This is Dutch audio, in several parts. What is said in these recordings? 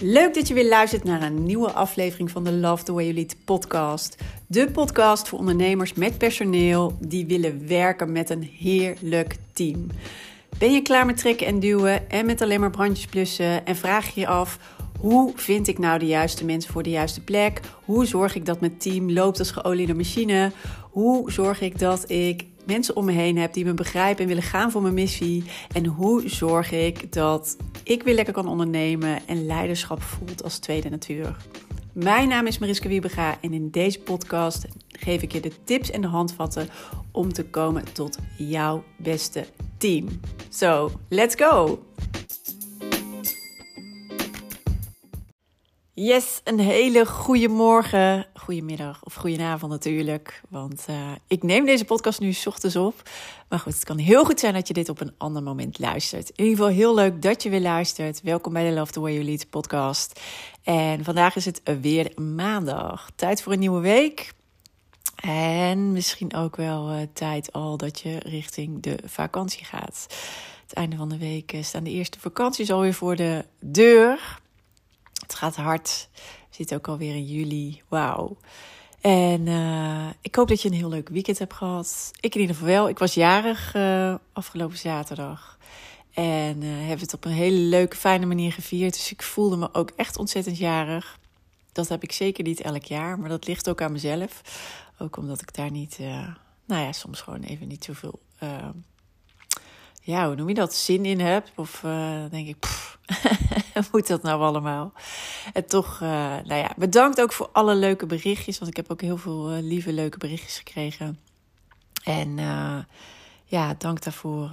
Leuk dat je weer luistert naar een nieuwe aflevering van de Love the Way You Lead podcast. De podcast voor ondernemers met personeel die willen werken met een heerlijk team. Ben je klaar met trekken en duwen en met alleen maar brandjes blussen en vraag je je af: hoe vind ik nou de juiste mensen voor de juiste plek? Hoe zorg ik dat mijn team loopt als geoliede machine? Hoe zorg ik dat ik mensen om me heen heb die me begrijpen en willen gaan voor mijn missie? En hoe zorg ik dat ik weer lekker kan ondernemen en leiderschap voelt als tweede natuur? Mijn naam is Mariska Wiebega en in deze podcast geef ik je de tips en de handvatten om te komen tot jouw beste team. So, let's go! Yes, een hele goede morgen, goedemiddag of goedenavond natuurlijk. Want ik neem deze podcast nu 's ochtends op. Maar goed, het kan heel goed zijn dat je dit op een ander moment luistert. In ieder geval heel leuk dat je weer luistert. Welkom bij de Love the Way You Lead podcast. En vandaag is het weer maandag. Tijd voor een nieuwe week. En misschien ook wel tijd al dat je richting de vakantie gaat. Het einde van de week staan de eerste vakanties alweer voor de deur. Het gaat hard. We zitten ook alweer in juli. Wauw. En ik hoop dat je een heel leuk weekend hebt gehad. Ik in ieder geval wel. Ik was jarig afgelopen zaterdag. En heb het op een hele leuke, fijne manier gevierd. Dus ik voelde me ook echt ontzettend jarig. Dat heb ik zeker niet elk jaar. Maar dat ligt ook aan mezelf. Ook omdat ik daar niet, soms gewoon even niet zoveel, hoe noem je dat, zin in heb. Of denk ik, moet dat nou allemaal? En toch, bedankt ook voor alle leuke berichtjes. Want ik heb ook heel veel lieve, leuke berichtjes gekregen. En dank daarvoor.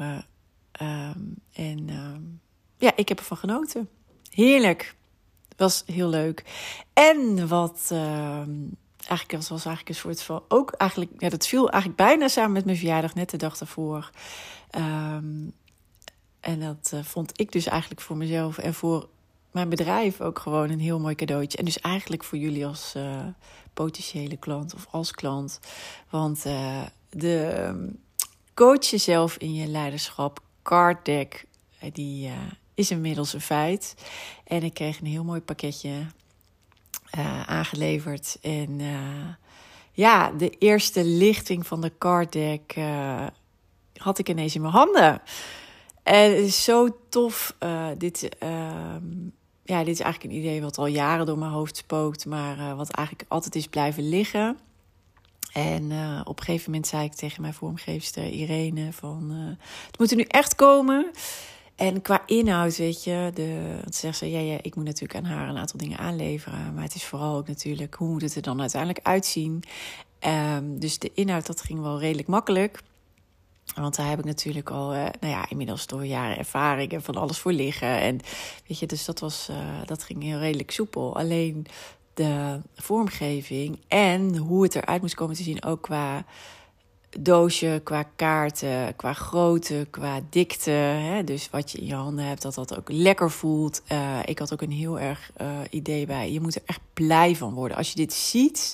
Ik heb ervan genoten. Heerlijk. Het was heel leuk. En wat was eigenlijk een soort van, ook eigenlijk, dat viel eigenlijk bijna samen met mijn verjaardag, net de dag daarvoor. En dat vond ik dus eigenlijk voor mezelf en voor mijn bedrijf ook gewoon een heel mooi cadeautje. En dus eigenlijk voor jullie als potentiële klant of als klant. Want de coach jezelf in je leiderschap card deck, die is inmiddels een feit. En ik kreeg een heel mooi pakketje aangeleverd. En de eerste lichting van de card deck had ik ineens in mijn handen. En het is zo tof. Dit is eigenlijk een idee wat al jaren door mijn hoofd spookt, maar wat eigenlijk altijd is blijven liggen. En op een gegeven moment zei ik tegen mijn vormgeefster Irene van, het moet er nu echt komen. En qua inhoud, weet je, want ze zegt ze, ik moet natuurlijk aan haar een aantal dingen aanleveren. Maar het is vooral ook natuurlijk, hoe moet het er dan uiteindelijk uitzien? Dus de inhoud, dat ging wel redelijk makkelijk. Want daar heb ik natuurlijk al, inmiddels door jaren ervaring en van alles voor liggen. En weet je, dus dat ging heel redelijk soepel. Alleen de vormgeving en hoe het eruit moest komen te zien, ook qua doosje, qua kaarten, qua grootte, qua dikte. Hè? Dus wat je in je handen hebt, dat ook lekker voelt. Ik had ook een heel erg idee bij. Je moet er echt blij van worden. Als je dit ziet,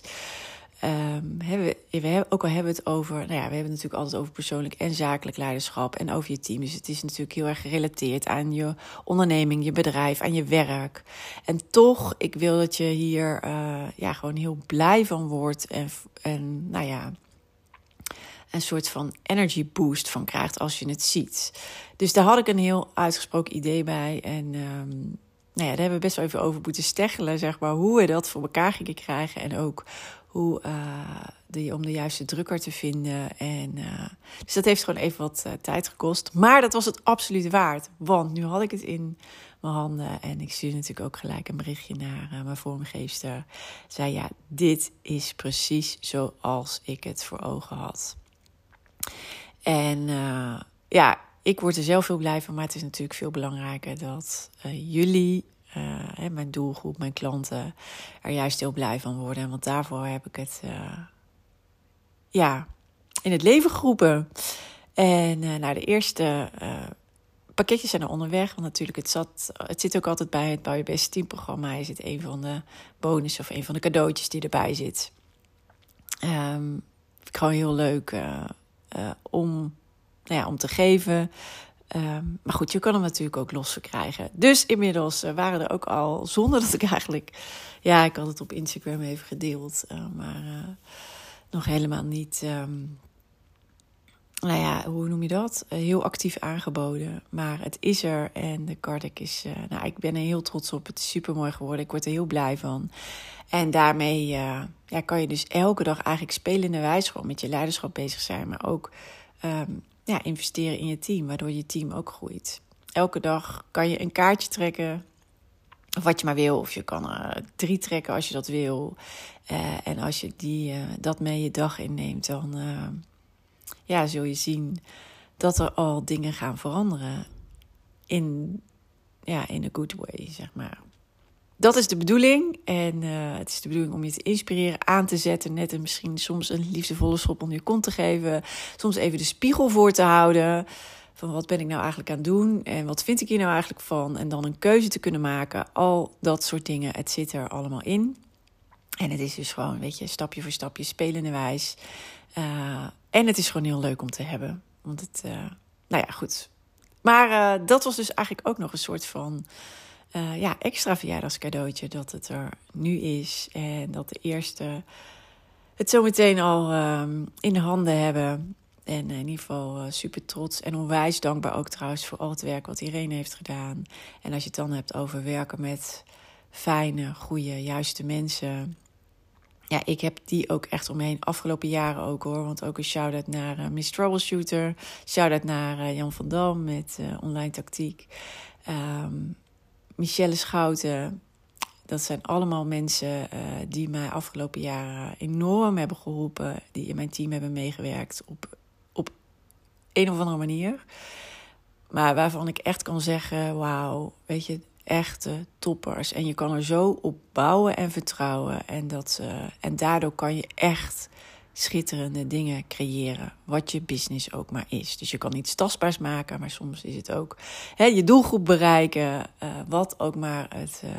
ook al hebben we het over, we hebben het natuurlijk altijd over persoonlijk en zakelijk leiderschap en over je team. Dus het is natuurlijk heel erg gerelateerd aan je onderneming, je bedrijf, aan je werk. En toch, ik wil dat je hier gewoon heel blij van wordt en een soort van energy boost van krijgt als je het ziet. Dus daar had ik een heel uitgesproken idee bij. En daar hebben we best wel even over moeten steggelen, zeg maar, hoe we dat voor elkaar gingen krijgen. En ook hoe om de juiste drukker te vinden. En dus dat heeft gewoon even wat tijd gekost. Maar dat was het absoluut waard. Want nu had ik het in mijn handen. En ik stuurde natuurlijk ook gelijk een berichtje naar mijn vormgeefster. Zei dit is precies zoals ik het voor ogen had. En ik word er zelf heel blij van. Maar het is natuurlijk veel belangrijker dat jullie, mijn doelgroep, mijn klanten, er juist heel blij van worden. Want daarvoor heb ik het in het leven geroepen. En de eerste pakketjes zijn er onderweg. Want natuurlijk, het zit ook altijd bij het Bouw Je Beste Team programma. Is het een van de bonussen of een van de cadeautjes die erbij zit. Vind ik gewoon heel leuk om te geven. Maar goed, je kan hem natuurlijk ook los verkrijgen. Dus inmiddels waren er ook al, zonder dat ik eigenlijk... Ja, ik had het op Instagram even gedeeld. Maar nog helemaal niet... nou ja, hoe noem je dat? Heel actief aangeboden. Maar het is er en de card deck is... nou, ik ben er heel trots op. Het is super mooi geworden. Ik word er heel blij van. En daarmee ja, kan je dus elke dag eigenlijk spelende wijs gewoon met je leiderschap bezig zijn. Maar ook ja, investeren in je team, waardoor je team ook groeit. Elke dag kan je een kaartje trekken, of wat je maar wil. Of je kan er 3 trekken als je dat wil. En als je dat mee je dag inneemt, dan ja, zul je zien dat er al dingen gaan veranderen. In a good way, zeg maar. Dat is de bedoeling. En het is de bedoeling om je te inspireren, aan te zetten. Net en misschien soms een liefdevolle schop onder je kont te geven. Soms even de spiegel voor te houden. Van wat ben ik nou eigenlijk aan het doen? En wat vind ik hier nou eigenlijk van? En dan een keuze te kunnen maken. Al dat soort dingen. Het zit er allemaal in. En het is dus gewoon, weet je, stapje voor stapje, spelende wijs. En het is gewoon heel leuk om te hebben. Want het, nou ja, goed. Maar dat was dus eigenlijk ook nog een soort van... ja, extra verjaardagscadeautje dat het er nu is. En dat de eerste het zometeen al in de handen hebben. En in ieder geval super trots en onwijs dankbaar ook trouwens voor al het werk wat Irene heeft gedaan. En als je het dan hebt over werken met fijne, goede, juiste mensen. Ja, ik heb die ook echt omheen afgelopen jaren ook hoor. Want ook een shout-out naar Miss Troubleshooter. Shout-out naar Jan van Dam met online tactiek. Michelle Schouten. Dat zijn allemaal mensen die mij afgelopen jaren enorm hebben geholpen. Die in mijn team hebben meegewerkt op een of andere manier. Maar waarvan ik echt kan zeggen, wauw, weet je, echte toppers. En je kan er zo op bouwen en vertrouwen. En daardoor kan je echt schitterende dingen creëren. Wat je business ook maar is. Dus je kan iets tastbaars maken, maar soms is het ook je doelgroep bereiken. Wat ook maar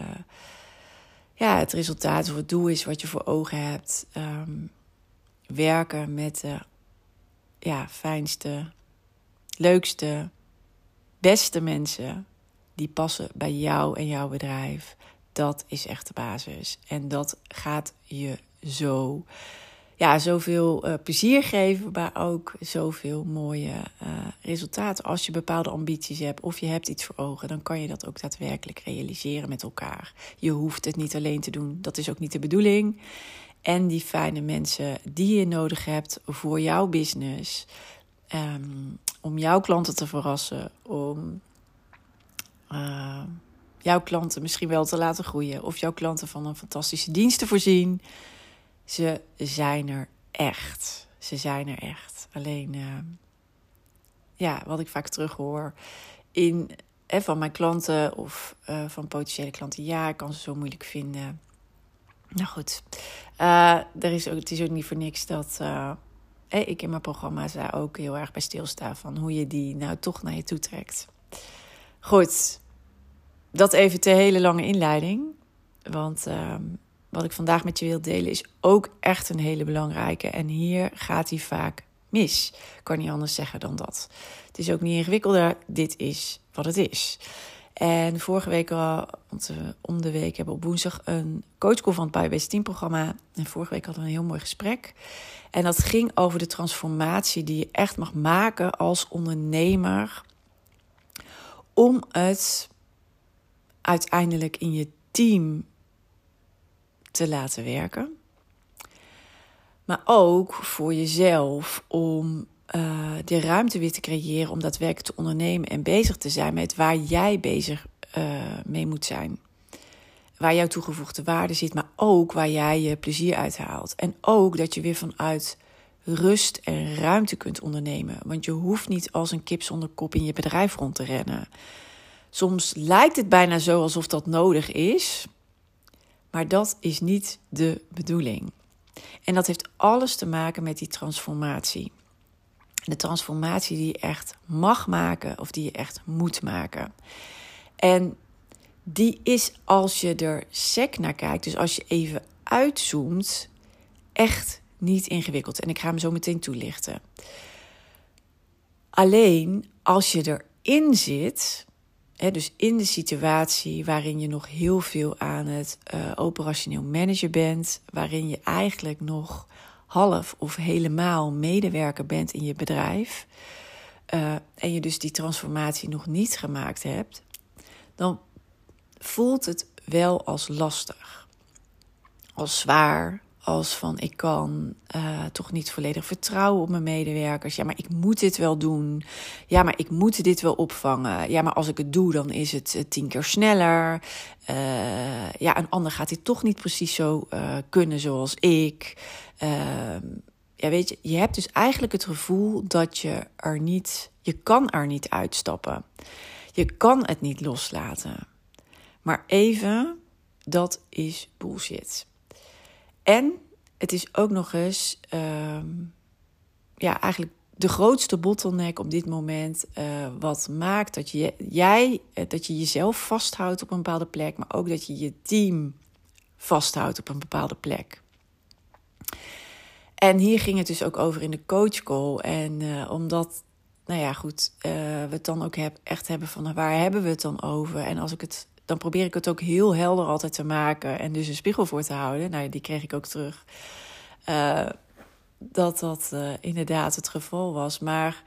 het resultaat of het doel is wat je voor ogen hebt. Werken met de fijnste, leukste, beste mensen die passen bij jou en jouw bedrijf. Dat is echt de basis. En dat gaat je zoveel plezier geven, maar ook zoveel mooie resultaten. Als je bepaalde ambities hebt of je hebt iets voor ogen, dan kan je dat ook daadwerkelijk realiseren met elkaar. Je hoeft het niet alleen te doen, dat is ook niet de bedoeling. En die fijne mensen die je nodig hebt voor jouw business, om jouw klanten te verrassen, om jouw klanten misschien wel te laten groeien of jouw klanten van een fantastische dienst te voorzien. Ze zijn er echt. Ze zijn er echt. Alleen, wat ik vaak terughoor van mijn klanten of van potentiële klanten. Ja, ik kan ze zo moeilijk vinden. Nou goed, het is ook niet voor niks dat ik in mijn programma's daar ook heel erg bij stilsta van hoe je die nou toch naar je toe trekt. Goed, dat even ter hele lange inleiding. Want wat ik vandaag met je wil delen is ook echt een hele belangrijke. En hier gaat die vaak mis. Ik kan niet anders zeggen dan dat. Het is ook niet ingewikkelder. Dit is wat het is. En vorige week want om de week hebben we op woensdag een coachcall van het Biobased Team programma. En vorige week hadden we een heel mooi gesprek. En dat ging over de transformatie die je echt mag maken als ondernemer. Om het uiteindelijk in je team te laten werken. Maar ook voor jezelf om de ruimte weer te creëren om daadwerkelijk te ondernemen en bezig te zijn met waar jij bezig mee moet zijn. Waar jouw toegevoegde waarde zit, maar ook waar jij je plezier uithaalt. En ook dat je weer vanuit rust en ruimte kunt ondernemen. Want je hoeft niet als een kip zonder kop in je bedrijf rond te rennen. Soms lijkt het bijna zo alsof dat nodig is. Maar dat is niet de bedoeling. En dat heeft alles te maken met die transformatie. De transformatie die je echt mag maken of die je echt moet maken. En die is, als je er sec naar kijkt, dus als je even uitzoomt, echt niet ingewikkeld. En ik ga hem zo meteen toelichten. Alleen als je in zit, dus in de situatie waarin je nog heel veel aan het operationeel managen bent, waarin je eigenlijk nog half of helemaal medewerker bent in je bedrijf, en je dus die transformatie nog niet gemaakt hebt, dan voelt het wel als lastig, als zwaar, als van ik kan toch niet volledig vertrouwen op mijn medewerkers. Ja, maar ik moet dit wel doen. Ja, maar ik moet dit wel opvangen. Ja, maar als ik het doe, dan is het 10 keer sneller. Een ander gaat dit toch niet precies zo kunnen zoals ik. Weet je, je hebt dus eigenlijk het gevoel dat je kan er niet uitstappen. Je kan het niet loslaten. Maar even, dat is bullshit. En het is ook nog eens eigenlijk de grootste bottleneck op dit moment, wat maakt dat dat je jezelf vasthoudt op een bepaalde plek, maar ook dat je je team vasthoudt op een bepaalde plek. En hier ging het dus ook over in de coachcall. En omdat, we het dan ook echt hebben van waar hebben we het dan over? En dan probeer ik het ook heel helder altijd te maken en dus een spiegel voor te houden. Nou, die kreeg ik ook terug. Dat inderdaad het geval was. Maar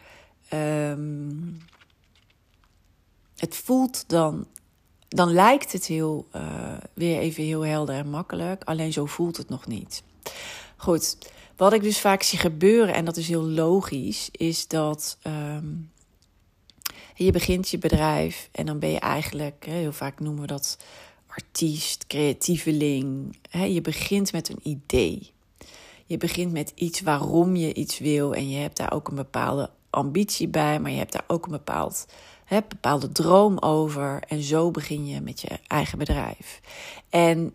het voelt dan lijkt het weer even heel helder en makkelijk. Alleen zo voelt het nog niet. Goed, wat ik dus vaak zie gebeuren, en dat is heel logisch, is dat je begint je bedrijf en dan ben je eigenlijk, heel vaak noemen we dat artiest, creatieveling. Je begint met een idee. Je begint met iets waarom je iets wil en je hebt daar ook een bepaalde ambitie bij, maar je hebt daar ook een bepaalde droom over. En zo begin je met je eigen bedrijf. En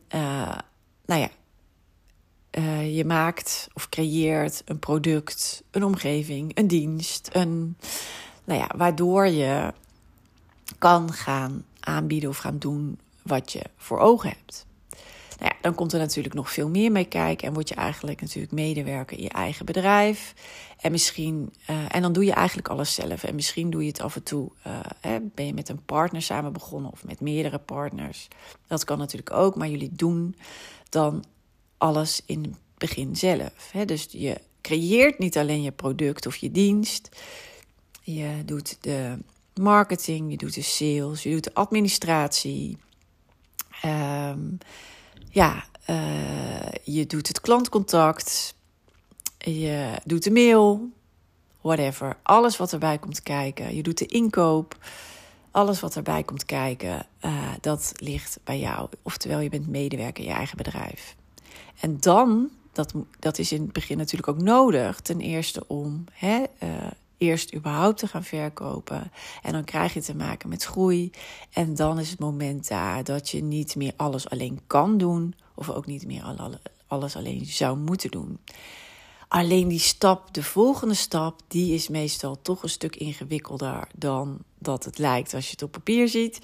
je maakt of creëert een product, een omgeving, een dienst, waardoor je kan gaan aanbieden of gaan doen wat je voor ogen hebt. Dan komt er natuurlijk nog veel meer mee kijken en word je eigenlijk natuurlijk medewerker in je eigen bedrijf. En misschien, en dan doe je eigenlijk alles zelf. En misschien doe je het af en toe, ben je met een partner samen begonnen of met meerdere partners. Dat kan natuurlijk ook, maar jullie doen dan alles in het begin zelf. Dus je creëert niet alleen je product of je dienst. Je doet de marketing, je doet de sales, je doet de administratie. Je doet het klantcontact. Je doet de mail. Whatever. Alles wat erbij komt kijken. Je doet de inkoop. Alles wat erbij komt kijken, dat ligt bij jou. Oftewel, je bent medewerker in je eigen bedrijf. En dan, dat is in het begin natuurlijk ook nodig, ten eerste om eerst überhaupt te gaan verkopen. En dan krijg je te maken met groei. En dan is het moment daar dat je niet meer alles alleen kan doen, of ook niet meer alles alleen zou moeten doen. Alleen die stap, de volgende stap, die is meestal toch een stuk ingewikkelder dan dat het lijkt als je het op papier ziet.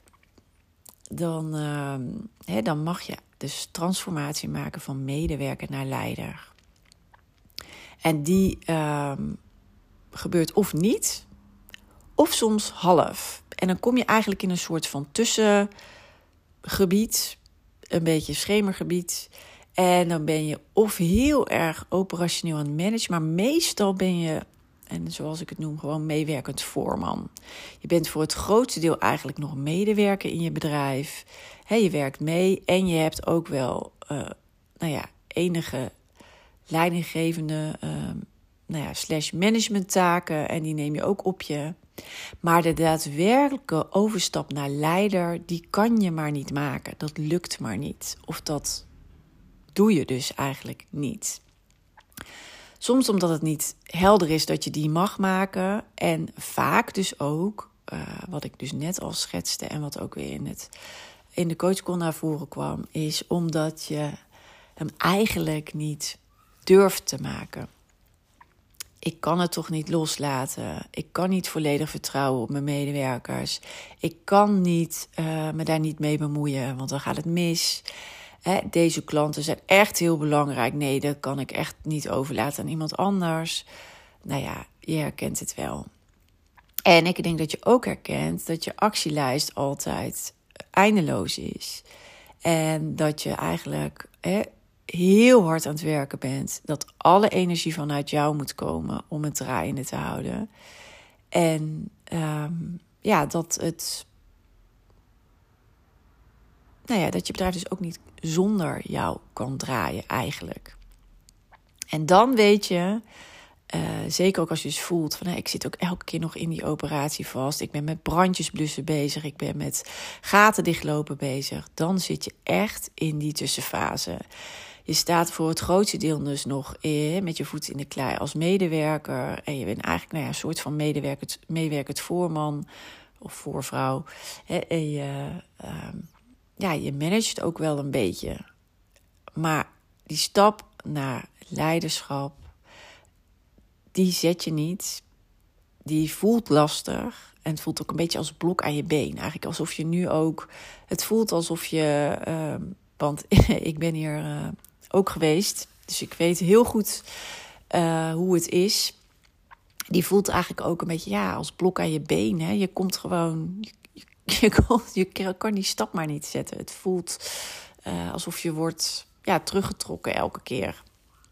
Dan mag je dus transformatie maken van medewerker naar leider. En die gebeurt of niet, of soms half. En dan kom je eigenlijk in een soort van tussengebied, een beetje schemergebied. En dan ben je of heel erg operationeel aan het managen, maar meestal ben je, en zoals ik het noem, gewoon meewerkend voorman. Je bent voor het grootste deel eigenlijk nog medewerker in je bedrijf. Je werkt mee en je hebt ook wel enige leidinggevende / managementtaken en die neem je ook op je. Maar de daadwerkelijke overstap naar leider, die kan je maar niet maken. Dat lukt maar niet. Of dat doe je dus eigenlijk niet. Soms omdat het niet helder is dat je die mag maken. En vaak dus ook, wat ik dus net al schetste en wat ook weer in de coachcall naar voren kwam, is omdat je hem eigenlijk niet durft te maken. Ik kan het toch niet loslaten. Ik kan niet volledig vertrouwen op mijn medewerkers. Ik kan me daar niet mee bemoeien, want dan gaat het mis. Deze klanten zijn echt heel belangrijk. Nee, dat kan ik echt niet overlaten aan iemand anders. Je herkent het wel. En ik denk dat je ook herkent dat je actielijst altijd eindeloos is. En dat je eigenlijk heel hard aan het werken bent. Dat alle energie vanuit jou moet komen om het draaiende te houden. En dat dat je bedrijf dus ook niet zonder jou kan draaien eigenlijk. En dan weet je, zeker ook als je dus voelt van ik zit ook elke keer nog in die operatie vast. Ik ben met brandjes blussen bezig. Ik ben met gaten dichtlopen bezig. Dan zit je echt in die tussenfase. Je staat voor het grootste deel dus nog met je voeten in de klei als medewerker. En je bent eigenlijk een soort van meewerkend voorman of voorvrouw. En je managt ook wel een beetje. Maar die stap naar leiderschap, die zet je niet. Die voelt lastig. En het voelt ook een beetje als blok aan je been. Eigenlijk alsof je nu ook... Het voelt alsof je... want ik ben hier ook geweest. Dus ik weet heel goed hoe het is. Die voelt eigenlijk ook een beetje als blok aan je been. Hè? Je komt gewoon... Je kan die stap maar niet zetten. Het voelt alsof je wordt teruggetrokken elke keer.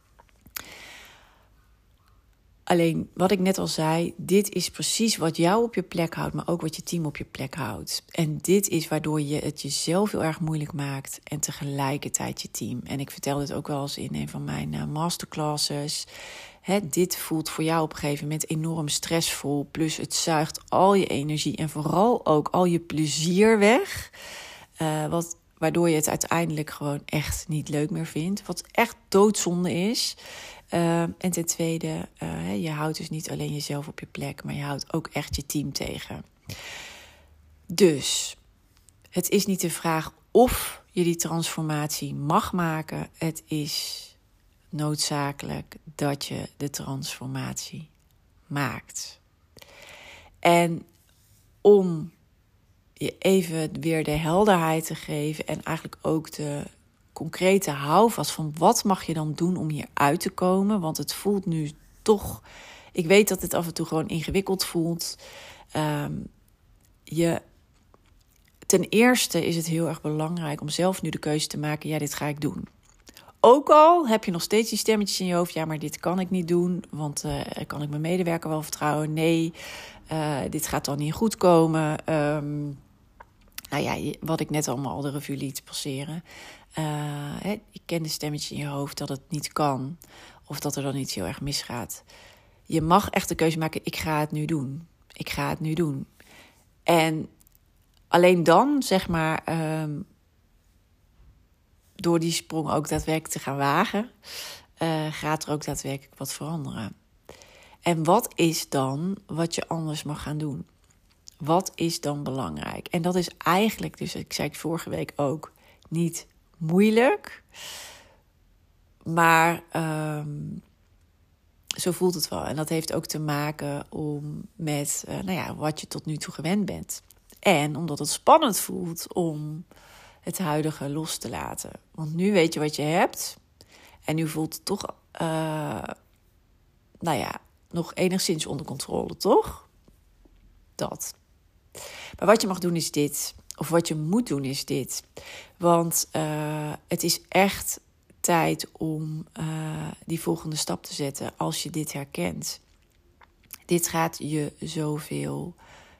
Alleen, wat ik net al zei, dit is precies wat jou op je plek houdt, maar ook wat je team op je plek houdt. En dit is waardoor je het jezelf heel erg moeilijk maakt en tegelijkertijd je team. En ik vertel dit ook wel eens in een van mijn masterclasses. Dit voelt voor jou op een gegeven moment enorm stressvol. Plus het zuigt al je energie en vooral ook al je plezier weg. Waardoor je het uiteindelijk gewoon echt niet leuk meer vindt. Wat echt doodzonde is. En ten tweede, je houdt dus niet alleen jezelf op je plek, maar je houdt ook echt je team tegen. Dus het is niet de vraag of je die transformatie mag maken. Het is noodzakelijk dat je de transformatie maakt. En om je even weer de helderheid te geven en eigenlijk ook de concrete houvast van wat mag je dan doen om hier uit te komen. Want het voelt nu toch... Ik weet dat het af en toe gewoon ingewikkeld voelt. Ten eerste is het heel erg belangrijk om zelf nu de keuze te maken. Dit ga ik doen. Ook al heb je nog steeds die stemmetjes in je hoofd. Ja, maar dit kan ik niet doen. Want kan ik mijn medewerker wel vertrouwen? Nee, dit gaat dan niet goed komen. Wat ik net allemaal al de revue liet passeren. Ik ken de stemmetjes in je hoofd dat het niet kan. Of dat er dan iets heel erg misgaat. Je mag echt de keuze maken, ik ga het nu doen. Ik ga het nu doen. En alleen dan, door die sprong ook daadwerkelijk te gaan wagen, gaat er ook daadwerkelijk wat veranderen. En wat is dan wat je anders mag gaan doen? Wat is dan belangrijk? En dat is eigenlijk, dus ik zei het vorige week ook, niet moeilijk. Maar zo voelt het wel. En dat heeft ook te maken met wat je tot nu toe gewend bent. En omdat het spannend voelt om het huidige los te laten. Want nu weet je wat je hebt. En nu voelt het toch nog enigszins onder controle, toch? Dat. Maar wat je mag doen is dit. Of wat je moet doen is dit. Want het is echt tijd om die volgende stap te zetten als je dit herkent. Dit gaat je zoveel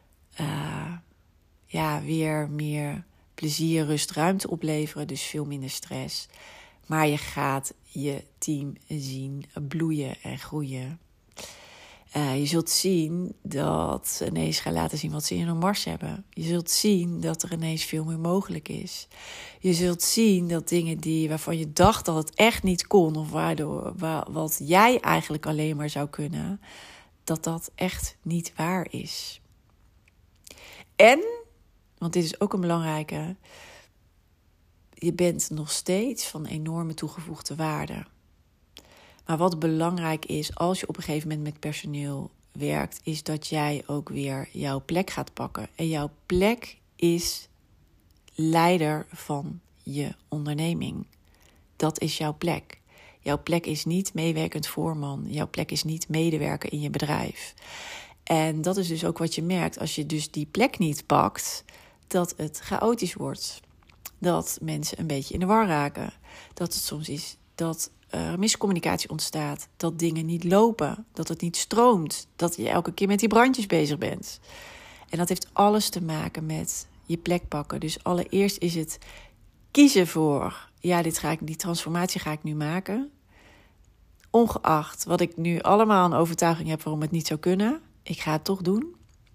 weer meer plezier, rust, ruimte opleveren. Dus veel minder stress. Maar je gaat je team zien bloeien en groeien. Je zult zien dat ze ineens gaan laten zien wat ze in hun mars hebben. Je zult zien dat er ineens veel meer mogelijk is. Je zult zien dat dingen waarvan je dacht dat het echt niet kon, of wat jij eigenlijk alleen maar zou kunnen, dat echt niet waar is. En, want dit is ook een belangrijke, je bent nog steeds van enorme toegevoegde waarde. Maar wat belangrijk is als je op een gegeven moment met personeel werkt, is dat jij ook weer jouw plek gaat pakken. En jouw plek is leider van je onderneming. Dat is jouw plek. Jouw plek is niet meewerkend voorman. Jouw plek is niet medewerker in je bedrijf. En dat is dus ook wat je merkt als je dus die plek niet pakt, dat het chaotisch wordt. Dat mensen een beetje in de war raken. Dat het soms is dat er miscommunicatie ontstaat. Dat dingen niet lopen. Dat het niet stroomt. Dat je elke keer met die brandjes bezig bent. En dat heeft alles te maken met je plek pakken. Dus allereerst is het kiezen voor, ja, die transformatie ga ik nu maken. Ongeacht wat ik nu allemaal een overtuiging heb waarom het niet zou kunnen. Ik ga het toch doen.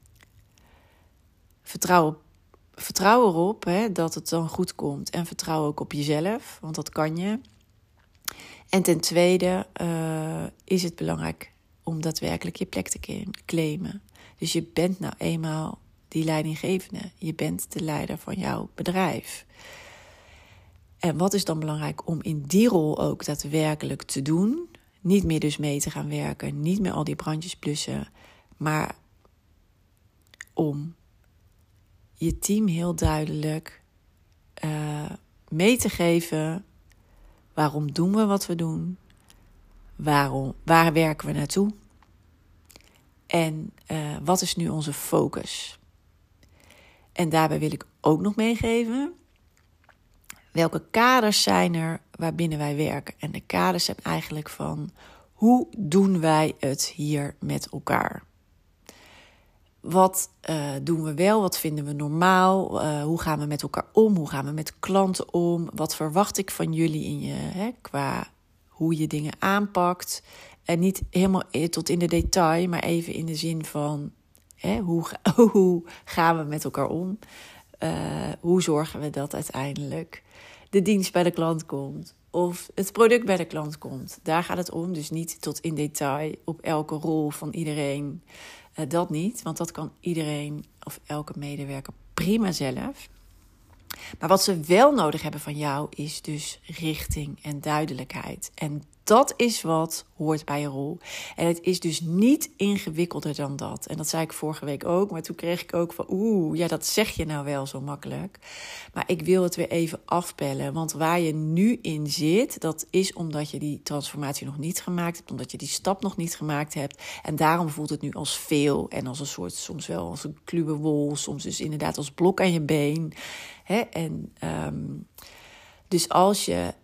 Vertrouw erop dat het dan goed komt. En vertrouw ook op jezelf, want dat kan je. En ten tweede is het belangrijk om daadwerkelijk je plek te claimen. Dus je bent nou eenmaal die leidinggevende. Je bent de leider van jouw bedrijf. En wat is dan belangrijk om in die rol ook daadwerkelijk te doen? Niet meer dus mee te gaan werken, niet meer al die brandjes blussen, maar om je team heel duidelijk mee te geven. Waarom doen we wat we doen? Waar werken we naartoe? En wat is nu onze focus? En daarbij wil ik ook nog meegeven, welke kaders zijn er waarbinnen wij werken? En de kaders zijn eigenlijk van, hoe doen wij het hier met elkaar? Wat doen we wel? Wat vinden we normaal? Hoe gaan we met elkaar om? Hoe gaan we met klanten om? Wat verwacht ik van jullie qua hoe je dingen aanpakt? En niet helemaal tot in de detail, maar even in de zin van hoe gaan we met elkaar om? Hoe zorgen we dat uiteindelijk de dienst bij de klant komt of het product bij de klant komt? Daar gaat het om, dus niet tot in detail op elke rol van iedereen. Dat niet, want dat kan iedereen of elke medewerker prima zelf. Maar wat ze wel nodig hebben van jou is dus richting en duidelijkheid. En dat is wat hoort bij je rol. En het is dus niet ingewikkelder dan dat. En dat zei ik vorige week ook, maar toen kreeg ik ook van dat zeg je nou wel zo makkelijk. Maar ik wil het weer even afpellen, want waar je nu in zit, dat is omdat je die transformatie nog niet gemaakt hebt, omdat je die stap nog niet gemaakt hebt. En daarom voelt het nu als veel en als een soort, soms wel als een kluwe wol, soms dus inderdaad als blok aan je been. Dus als je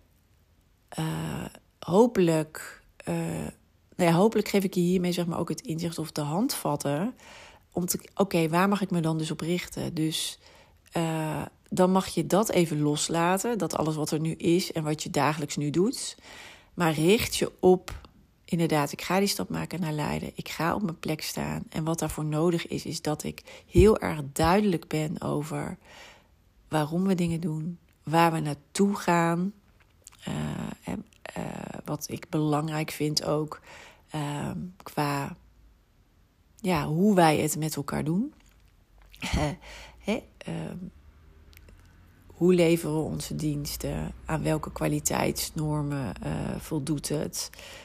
hopelijk geef ik je hiermee zeg maar ook het inzicht of de handvatten om oké, waar mag ik me dan dus op richten? Dus dan mag je dat even loslaten, dat alles wat er nu is en wat je dagelijks nu doet. Maar richt je op, inderdaad, ik ga die stap maken naar Leiden. Ik ga op mijn plek staan. En wat daarvoor nodig is dat ik heel erg duidelijk ben over waarom we dingen doen, waar we naartoe gaan. Wat ik belangrijk vind ook qua hoe wij het met elkaar doen. Hoe leveren we onze diensten? Aan welke kwaliteitsnormen voldoet het?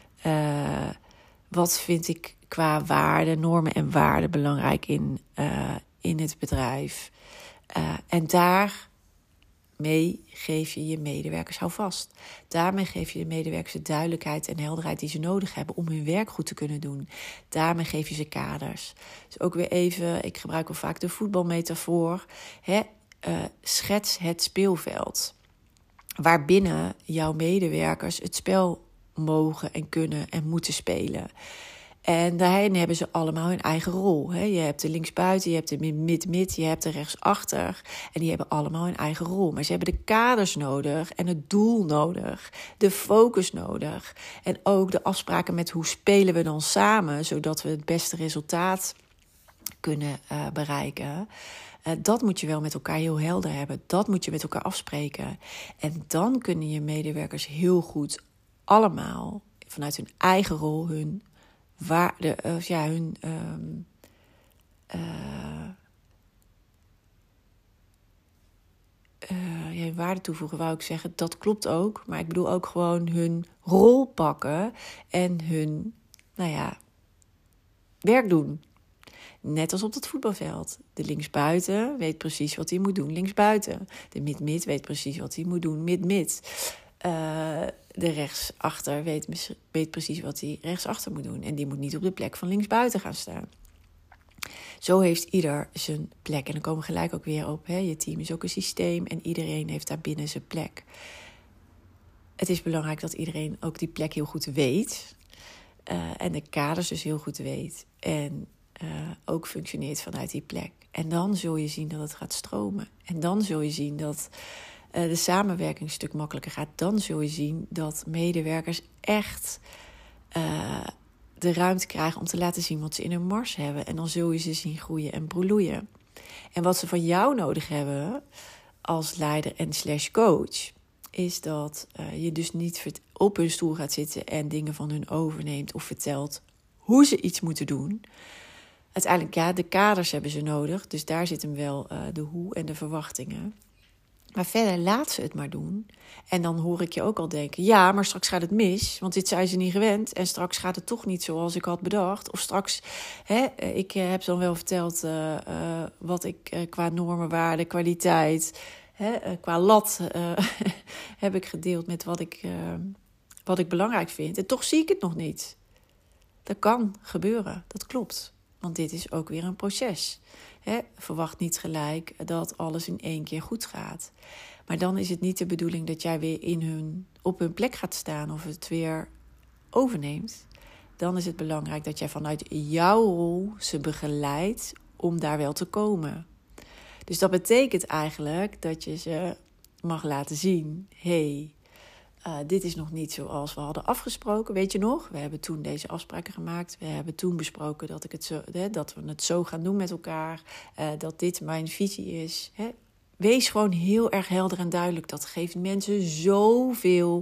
Wat vind ik qua waarden, normen en waarden belangrijk in het bedrijf? En daarmee geef je je medewerkers houvast. Daarmee geef je de medewerkers de duidelijkheid en helderheid die ze nodig hebben om hun werk goed te kunnen doen. Daarmee geef je ze kaders. Dus ook weer even, ik gebruik wel vaak de voetbalmetafoor. Schets het speelveld. Waarbinnen jouw medewerkers het spel mogen en kunnen en moeten spelen. En daarin hebben ze allemaal hun eigen rol. Je hebt de linksbuiten, je hebt de mid-mid, je hebt de rechtsachter. En die hebben allemaal hun eigen rol. Maar ze hebben de kaders nodig en het doel nodig. De focus nodig. En ook de afspraken met hoe spelen we dan samen, zodat we het beste resultaat kunnen bereiken. Dat moet je wel met elkaar heel helder hebben. Dat moet je met elkaar afspreken. En dan kunnen je medewerkers heel goed allemaal vanuit hun eigen rol hun waarde, waarde toevoegen, wou ik zeggen. Dat klopt ook. Maar ik bedoel ook gewoon hun rol pakken en hun, werk doen. Net als op dat voetbalveld. De linksbuiten weet precies wat hij moet doen linksbuiten. De mid-mid weet precies wat hij moet doen mid-mid. De rechtsachter weet precies wat hij rechtsachter moet doen. En die moet niet op de plek van linksbuiten gaan staan. Zo heeft ieder zijn plek. En dan komen we gelijk ook weer op. Je team is ook een systeem en iedereen heeft daar binnen zijn plek. Het is belangrijk dat iedereen ook die plek heel goed weet. En de kaders dus heel goed weet. En ook functioneert vanuit die plek. En dan zul je zien dat het gaat stromen. En dan zul je zien dat de samenwerking een stuk makkelijker gaat. Dan zul je zien dat medewerkers echt de ruimte krijgen om te laten zien wat ze in hun mars hebben. En dan zul je ze zien groeien en bloeien. En wat ze van jou nodig hebben als leider en /coach... is dat je dus niet op hun stoel gaat zitten en dingen van hun overneemt of vertelt hoe ze iets moeten doen. Uiteindelijk, ja, de kaders hebben ze nodig. Dus daar zit hem wel de hoe en de verwachtingen. Maar verder laat ze het maar doen. En dan hoor ik je ook al denken, ja, maar straks gaat het mis. Want dit zijn ze niet gewend. En straks gaat het toch niet zoals ik had bedacht. Of straks, ik heb dan wel verteld wat ik qua normen, waarde, kwaliteit, qua lat heb ik gedeeld met wat ik belangrijk vind. En toch zie ik het nog niet. Dat kan gebeuren, dat klopt. Want dit is ook weer een proces. Verwacht niet gelijk dat alles in één keer goed gaat. Maar dan is het niet de bedoeling dat jij weer op hun plek gaat staan of het weer overneemt. Dan is het belangrijk dat jij vanuit jouw rol ze begeleidt om daar wel te komen. Dus dat betekent eigenlijk dat je ze mag laten zien, dit is nog niet zoals we hadden afgesproken, weet je nog? We hebben toen deze afspraken gemaakt. We hebben toen besproken dat we het zo gaan doen met elkaar. Dat dit mijn visie is. Wees gewoon heel erg helder en duidelijk. Dat geeft mensen zoveel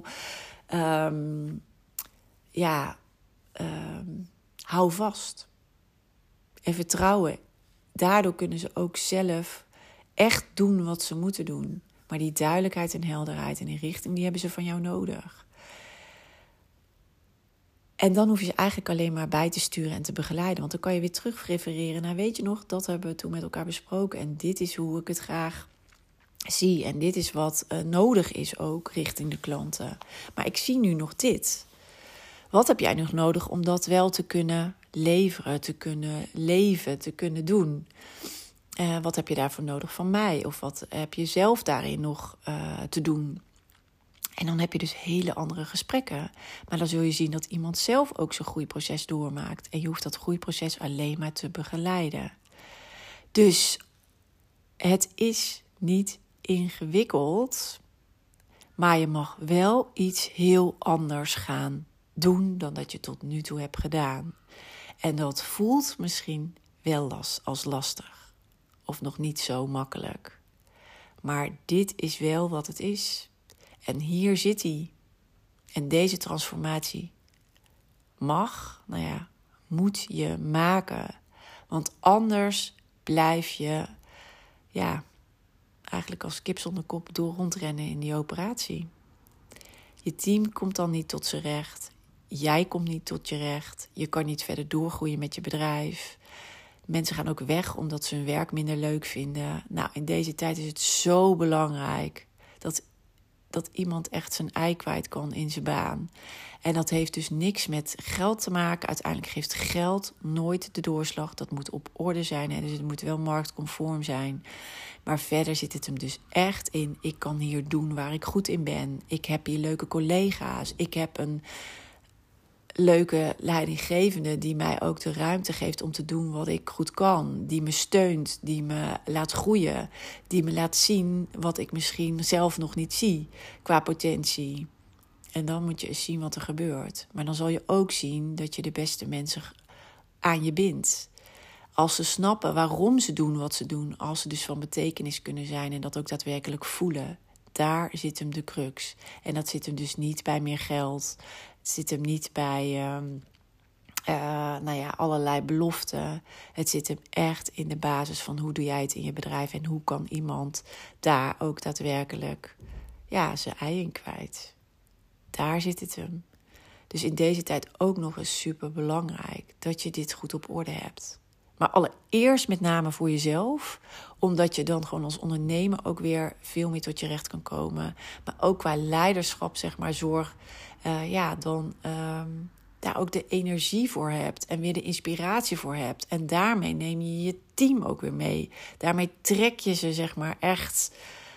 hou vast. En vertrouwen. Daardoor kunnen ze ook zelf echt doen wat ze moeten doen. Maar die duidelijkheid en helderheid en die richting, die hebben ze van jou nodig. En dan hoef je ze eigenlijk alleen maar bij te sturen en te begeleiden. Want dan kan je weer terug refereren naar, weet je nog, dat hebben we toen met elkaar besproken. En dit is hoe ik het graag zie. En dit is wat nodig is ook richting de klanten. Maar ik zie nu nog dit. Wat heb jij nog nodig om dat wel te kunnen leveren, te kunnen leven, te kunnen doen? Wat heb je daarvoor nodig van mij? Of wat heb je zelf daarin nog te doen? En dan heb je dus hele andere gesprekken. Maar dan zul je zien dat iemand zelf ook zijn groeiproces doormaakt. En je hoeft dat groeiproces alleen maar te begeleiden. Dus het is niet ingewikkeld. Maar je mag wel iets heel anders gaan doen dan dat je tot nu toe hebt gedaan. En dat voelt misschien wel als lastig. Of nog niet zo makkelijk. Maar dit is wel wat het is. En hier zit hij. En deze transformatie moet je maken. Want anders blijf je, eigenlijk als kip zonder kop door rondrennen in die operatie. Je team komt dan niet tot zijn recht. Jij komt niet tot je recht. Je kan niet verder doorgroeien met je bedrijf. Mensen gaan ook weg omdat ze hun werk minder leuk vinden. Nou, in deze tijd is het zo belangrijk dat iemand echt zijn ei kwijt kan in zijn baan. En dat heeft dus niks met geld te maken. Uiteindelijk geeft geld nooit de doorslag. Dat moet op orde zijn. Dus het moet wel marktconform zijn. Maar verder zit het hem dus echt in. Ik kan hier doen waar ik goed in ben. Ik heb hier leuke collega's. Ik heb een leuke leidinggevende die mij ook de ruimte geeft om te doen wat ik goed kan. Die me steunt, die me laat groeien. Die me laat zien wat ik misschien zelf nog niet zie qua potentie. En dan moet je eens zien wat er gebeurt. Maar dan zal je ook zien dat je de beste mensen aan je bindt. Als ze snappen waarom ze doen wat ze doen. Als ze dus van betekenis kunnen zijn en dat ook daadwerkelijk voelen. Daar zit hem de crux. En dat zit hem dus niet bij meer geld. Het zit hem niet bij allerlei beloften. Het zit hem echt in de basis van hoe doe jij het in je bedrijf. En hoe kan iemand daar ook daadwerkelijk zijn ei in kwijt. Daar zit het hem. Dus in deze tijd ook nog eens super belangrijk dat je dit goed op orde hebt. Maar allereerst met name voor jezelf. Omdat je dan gewoon als ondernemer ook weer veel meer tot je recht kan komen. Maar ook qua leiderschap, zorg. daar ook de energie voor hebt en weer de inspiratie voor hebt. En daarmee neem je je team ook weer mee. Daarmee trek je ze zeg maar echt,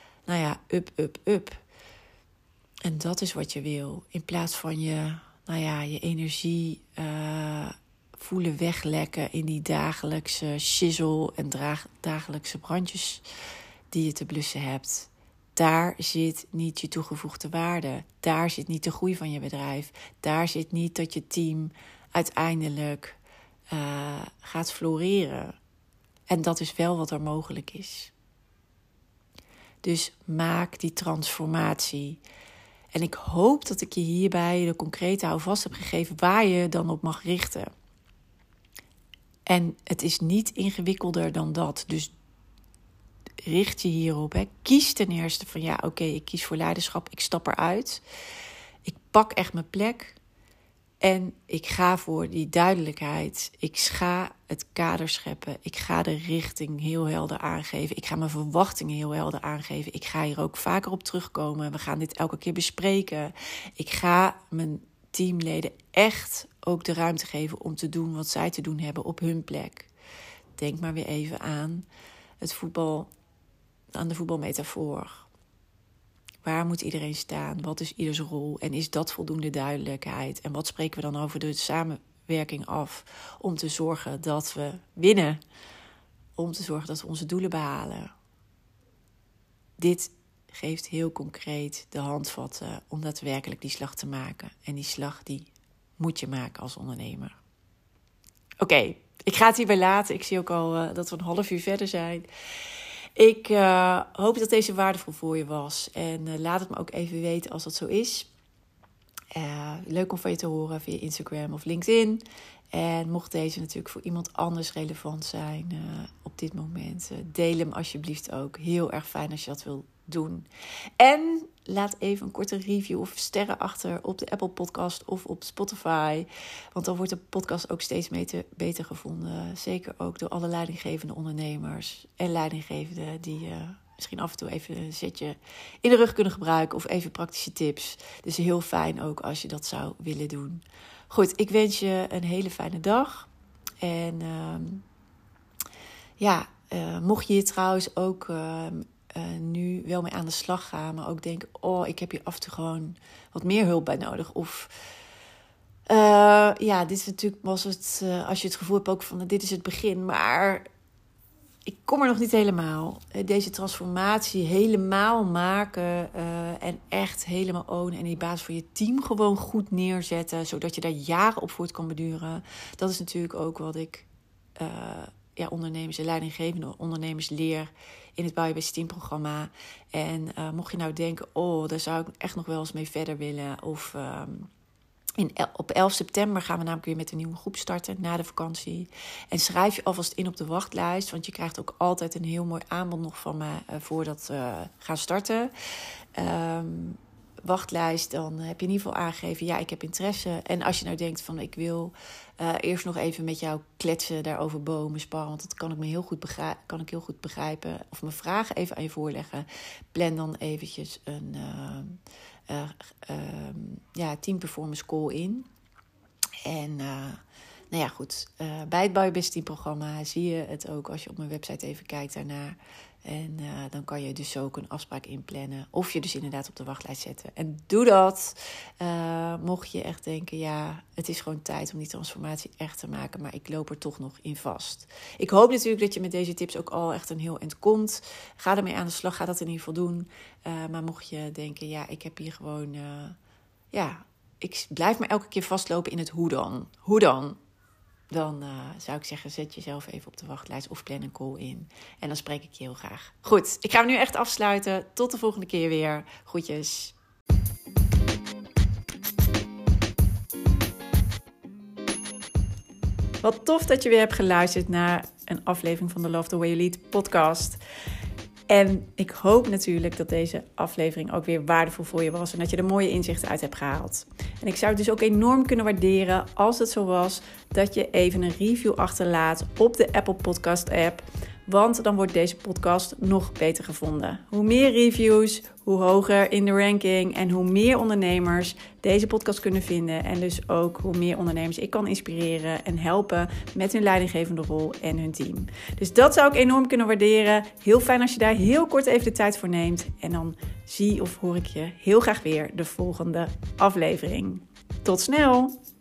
up. En dat is wat je wil. In plaats van je energie voelen weglekken in die dagelijkse shizzle en dagelijkse brandjes die je te blussen hebt. Daar zit niet je toegevoegde waarde. Daar zit niet de groei van je bedrijf. Daar zit niet dat je team uiteindelijk gaat floreren. En dat is wel wat er mogelijk is. Dus maak die transformatie. En ik hoop dat ik je hierbij de concrete houvast heb gegeven waar je dan op mag richten. En het is niet ingewikkelder dan dat. Dus richt je hierop. Hè. Kies ten eerste van ik kies voor leiderschap. Ik stap eruit. Ik pak echt mijn plek. En ik ga voor die duidelijkheid. Ik ga het kader scheppen. Ik ga de richting heel helder aangeven. Ik ga mijn verwachtingen heel helder aangeven. Ik ga hier ook vaker op terugkomen. We gaan dit elke keer bespreken. Ik ga mijn teamleden echt ook de ruimte geven om te doen wat zij te doen hebben op hun plek. Denk maar weer even aan aan de voetbalmetafoor. Waar moet iedereen staan? Wat is ieders rol? En is dat voldoende duidelijkheid? En wat spreken we dan over de samenwerking af om te zorgen dat we winnen? Om te zorgen dat we onze doelen behalen. Dit geeft heel concreet de handvatten om daadwerkelijk die slag te maken. En die slag die moet je maken als ondernemer. Oké, ik ga het hierbij laten. Ik zie ook al dat we een half uur verder zijn. Ik hoop dat deze waardevol voor je was. En laat het me ook even weten als dat zo is. Leuk om van je te horen via Instagram of LinkedIn. En mocht deze natuurlijk voor iemand anders relevant zijn op dit moment, deel hem alsjeblieft ook. Heel erg fijn als je dat wil doen. En laat even een korte review of sterren achter op de Apple Podcast of op Spotify. Want dan wordt de podcast ook steeds beter gevonden. Zeker ook door alle leidinggevende ondernemers en leidinggevenden die misschien af en toe even een zetje in de rug kunnen gebruiken of even praktische tips. Dus heel fijn ook als je dat zou willen doen. Goed, ik wens je een hele fijne dag. En mocht je hier trouwens ook nu wel mee aan de slag gaan, maar ook denken, ik heb hier af en toe gewoon wat meer hulp bij nodig. Of dit is natuurlijk, als je het gevoel hebt ook van dit is het begin, maar ik kom er nog niet helemaal. Deze transformatie helemaal maken en echt helemaal ownen en die basis voor je team gewoon goed neerzetten, zodat je daar jaren op voort kan beduren. Dat is natuurlijk ook wat ik ondernemers en leidinggevende ondernemers leer in het Bouw Je Beste Team programma. En mocht je nou denken, daar zou ik echt nog wel eens mee verder willen. Of op 11 september gaan we namelijk weer met een nieuwe groep starten na de vakantie. En schrijf je alvast in op de wachtlijst, want je krijgt ook altijd een heel mooi aanbod nog van me voordat we gaan starten. Wachtlijst, dan heb je in ieder geval aangegeven, ik heb interesse. En als je nou denkt van ik wil eerst nog even met jou kletsen, daarover bomen sparren, want dat kan ik heel goed begrijpen. Of mijn vragen even aan je voorleggen. Plan dan eventjes een team performance call in. En bij het Bouw Je Beste Team programma zie je het ook als je op mijn website even kijkt daarnaar. En dan kan je dus ook een afspraak inplannen. Of je dus inderdaad op de wachtlijst zetten. En doe dat. Mocht je echt denken, het is gewoon tijd om die transformatie echt te maken. Maar ik loop er toch nog in vast. Ik hoop natuurlijk dat je met deze tips ook al echt een heel eind komt. Ga ermee aan de slag. Ga dat in ieder geval doen. Maar mocht je denken, ik heb hier gewoon... ik blijf maar elke keer vastlopen in het hoe dan. Hoe dan? Dan zou ik zeggen, zet jezelf even op de wachtlijst of plan een call in. En dan spreek ik je heel graag. Goed, ik ga hem nu echt afsluiten. Tot de volgende keer weer. Groetjes. Wat tof dat je weer hebt geluisterd naar een aflevering van de Love the Way You Lead podcast. En ik hoop natuurlijk dat deze aflevering ook weer waardevol voor je was en dat je er mooie inzichten uit hebt gehaald. En ik zou het dus ook enorm kunnen waarderen als het zo was dat je even een review achterlaat op de Apple Podcast app. Want dan wordt deze podcast nog beter gevonden. Hoe meer reviews, hoe hoger in de ranking en hoe meer ondernemers deze podcast kunnen vinden. En dus ook hoe meer ondernemers ik kan inspireren en helpen met hun leidinggevende rol en hun team. Dus dat zou ik enorm kunnen waarderen. Heel fijn als je daar heel kort even de tijd voor neemt. En dan zie of hoor ik je heel graag weer de volgende aflevering. Tot snel!